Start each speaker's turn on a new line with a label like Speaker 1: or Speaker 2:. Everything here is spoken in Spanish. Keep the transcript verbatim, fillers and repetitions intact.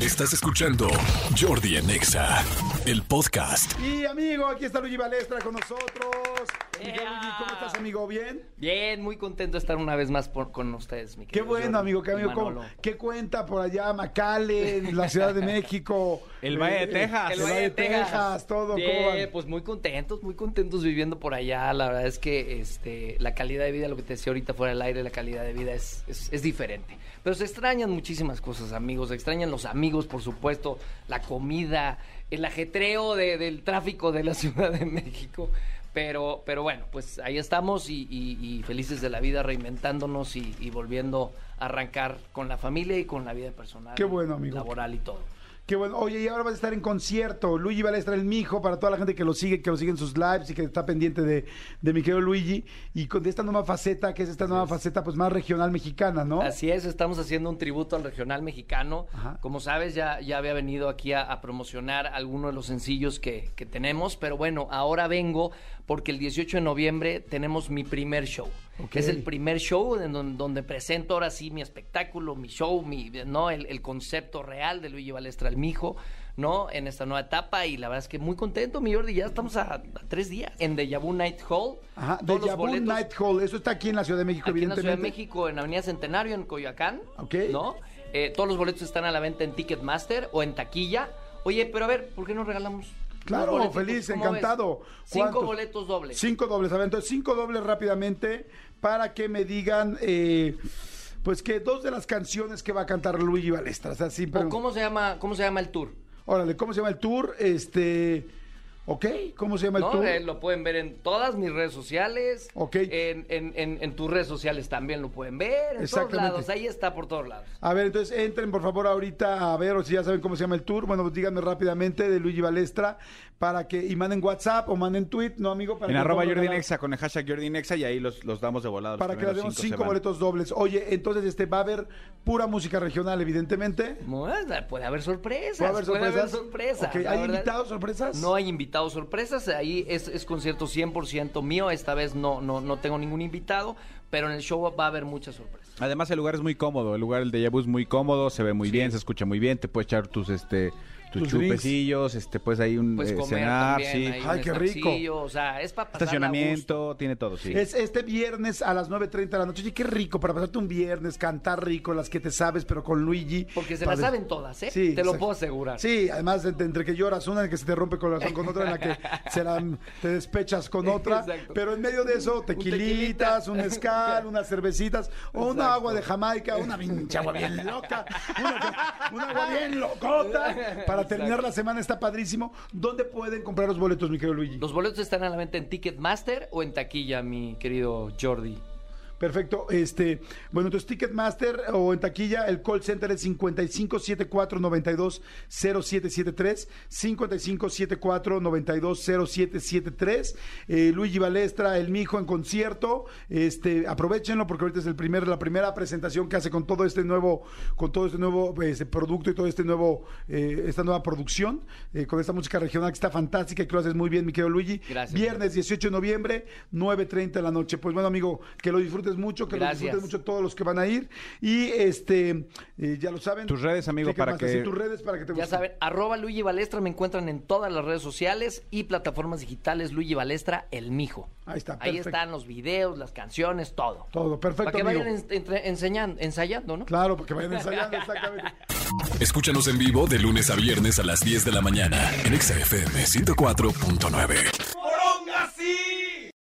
Speaker 1: Estás escuchando Jordi en Exa, el podcast.
Speaker 2: Y amigo, aquí está Luigi Balestra con nosotros. Yeah. Luigi, ¿cómo estás, amigo? ¿Bien?
Speaker 3: Bien, muy contento de estar una vez más por, con ustedes, mi querido
Speaker 2: Qué bueno,
Speaker 3: Jordi,
Speaker 2: amigo, qué amigo. ¿Cómo, ¿Qué cuenta por allá, McAllen, la Ciudad de México?
Speaker 4: El Valle de Texas.
Speaker 2: El, el Valle de Texas, Texas todo.
Speaker 3: Bien, ¿cómo van? Pues muy contentos, muy contentos viviendo por allá. La verdad es que este, la calidad de vida, lo que te decía ahorita fuera del aire, la calidad de vida es, es, es diferente. Pero se extrañan muchísimas cosas, amigos. Se extrañan los amigos, por supuesto, la comida, el ajetreo de, del tráfico de la Ciudad de México. Pero, pero bueno, pues ahí estamos y, y, y felices de la vida, reinventándonos y, y volviendo a arrancar con la familia y con la vida personal.
Speaker 2: Qué bueno, amigo.
Speaker 3: Laboral y todo.
Speaker 2: Qué bueno. Oye, y ahora vas a estar en concierto. Luigi Balestra, el mijo, para toda la gente que lo sigue, que lo sigue en sus lives y que está pendiente de, de mi querido Luigi. Y con esta nueva faceta, que es esta nueva faceta pues más regional mexicana, ¿no?
Speaker 3: Así es, estamos haciendo un tributo al regional mexicano. Ajá. Como sabes, ya, ya había venido aquí a, a promocionar algunos de los sencillos que, que tenemos. Pero bueno, ahora vengo porque el dieciocho de noviembre tenemos mi primer show. Okay. Es el primer show en donde, donde presento ahora sí mi espectáculo, mi show, mi, ¿no? el, el concepto real de Luigi Balestra, el mijo, ¿no? En esta nueva etapa, y la verdad es que muy contento, mi Jordi. Ya estamos a, a tres días en Deja Vu Night Hall.
Speaker 2: Ajá, Deja Vu Night Hall, eso está aquí en la Ciudad de México,
Speaker 3: aquí
Speaker 2: evidentemente.
Speaker 3: En la Ciudad de México, en Avenida Centenario, en Coyoacán,
Speaker 2: okay.
Speaker 3: ¿no? Eh, todos los boletos están a la venta en Ticketmaster o en taquilla. Oye, pero a ver, ¿por qué no regalamos?
Speaker 2: Claro, feliz, encantado.
Speaker 3: Ves? Cinco boletos dobles.
Speaker 2: Cinco dobles, a ver, entonces cinco dobles rápidamente para que me digan, eh, pues que dos de las canciones que va a cantar Luigi Balestra. O sea, siempre...
Speaker 3: ¿O cómo se llama, cómo se llama el tour?
Speaker 2: Órale, ¿cómo se llama el tour? Este... Ok, ¿cómo se llama el
Speaker 3: no,
Speaker 2: tour?
Speaker 3: Eh, lo pueden ver en todas mis redes sociales.
Speaker 2: Ok.
Speaker 3: En, en, en, en tus redes sociales también lo pueden ver. En todos lados, ahí está por todos lados.
Speaker 2: A ver, entonces entren por favor ahorita a ver, o si ya saben cómo se llama el tour. Bueno, pues díganme rápidamente de Luigi Balestra para que, y manden WhatsApp o manden tweet, ¿no, amigo? Para
Speaker 4: en
Speaker 2: que
Speaker 4: arroba Jordi Nexa con el hashtag Jordi Nexa y ahí los, los damos de volada.
Speaker 2: Para que les demos cinco, cinco boletos dobles. Oye, entonces este va a haber pura música regional, evidentemente.
Speaker 3: Bueno, puede haber sorpresas.
Speaker 2: ¿Puede haber sorpresas?
Speaker 3: Puede haber sorpresas.
Speaker 2: Okay. ¿Hay verdad, invitados sorpresas?
Speaker 3: No hay invitados sorpresas. Ahí es, es concierto cien por ciento mío. Esta vez no, no, no tengo ningún invitado, pero en el show va a haber muchas sorpresas.
Speaker 4: Además el lugar es muy cómodo, el lugar del Deja Vu es muy cómodo, se ve muy sí. bien, se escucha muy bien, te puedes echar tus este tus, tus chupecillos, este pues ahí un
Speaker 3: pues
Speaker 4: eh,
Speaker 3: comer
Speaker 4: cenar,
Speaker 3: también,
Speaker 4: sí.
Speaker 2: Ay, qué rico.
Speaker 3: O sea, es para pasar
Speaker 4: estacionamiento, tiene todo, sí.
Speaker 2: Es este viernes a las nueve treinta de la noche. Oye, qué rico para pasarte un viernes, cantar rico, las que te sabes, pero con Luigi.
Speaker 3: Porque se
Speaker 2: para...
Speaker 3: las saben todas, ¿eh?
Speaker 2: Sí,
Speaker 3: te lo puedo asegurar.
Speaker 2: Sí, además entre, entre que lloras una, en que se te rompe el corazón con otra, en la que se la, te despechas con otra. Exacto. Pero en medio de eso, tequilitas, un, un mezcal, unas cervecitas, o Exacto. una agua de Jamaica, una pinche agua bien loca, una, una agua bien locota, para terminar Exacto. la semana. Está padrísimo. ¿Dónde pueden comprar los boletos, mi querido Luigi?
Speaker 3: Los boletos están a la venta en Ticketmaster o en taquilla, mi querido Jordi.
Speaker 2: Perfecto, este, bueno, entonces Ticketmaster o en taquilla, el call center es cincuenta y cinco setenta y cuatro noventa y dos cero siete siete tres, cincuenta y cinco setenta y cuatro noventa y dos cero siete siete tres. eh, Luigi Balestra, el mijo en concierto, este, aprovechenlo porque ahorita es el primer, la primera presentación que hace con todo este nuevo, con todo este nuevo este producto y todo este nuevo, eh, esta nueva producción, eh, con esta música regional que está fantástica y que lo haces muy bien, mi querido Luigi.
Speaker 3: Gracias.
Speaker 2: Viernes dieciocho de noviembre, nueve treinta de la noche. Pues bueno, amigo, que lo disfrutes mucho, que Gracias. Lo disfruten mucho todos los que van a ir. Y este, eh, ya lo saben.
Speaker 4: Tus redes, amigo, para que...
Speaker 2: tus redes para que te
Speaker 3: Ya saben, arroba Luigi Balestra, me encuentran en todas las redes sociales y plataformas digitales. Luigi Balestra, el mijo.
Speaker 2: Ahí está,
Speaker 3: perfecto. Ahí están los videos, las canciones, todo.
Speaker 2: Todo, perfecto,
Speaker 3: para que
Speaker 2: amigo.
Speaker 3: vayan en, entre, enseñando, ensayando, ¿no?
Speaker 2: Claro, porque vayan ensayando, exactamente.
Speaker 1: Escúchanos en vivo de lunes a viernes a las diez de la mañana en Exa F M ciento cuatro punto nueve.
Speaker 5: ¡Moronga, sí!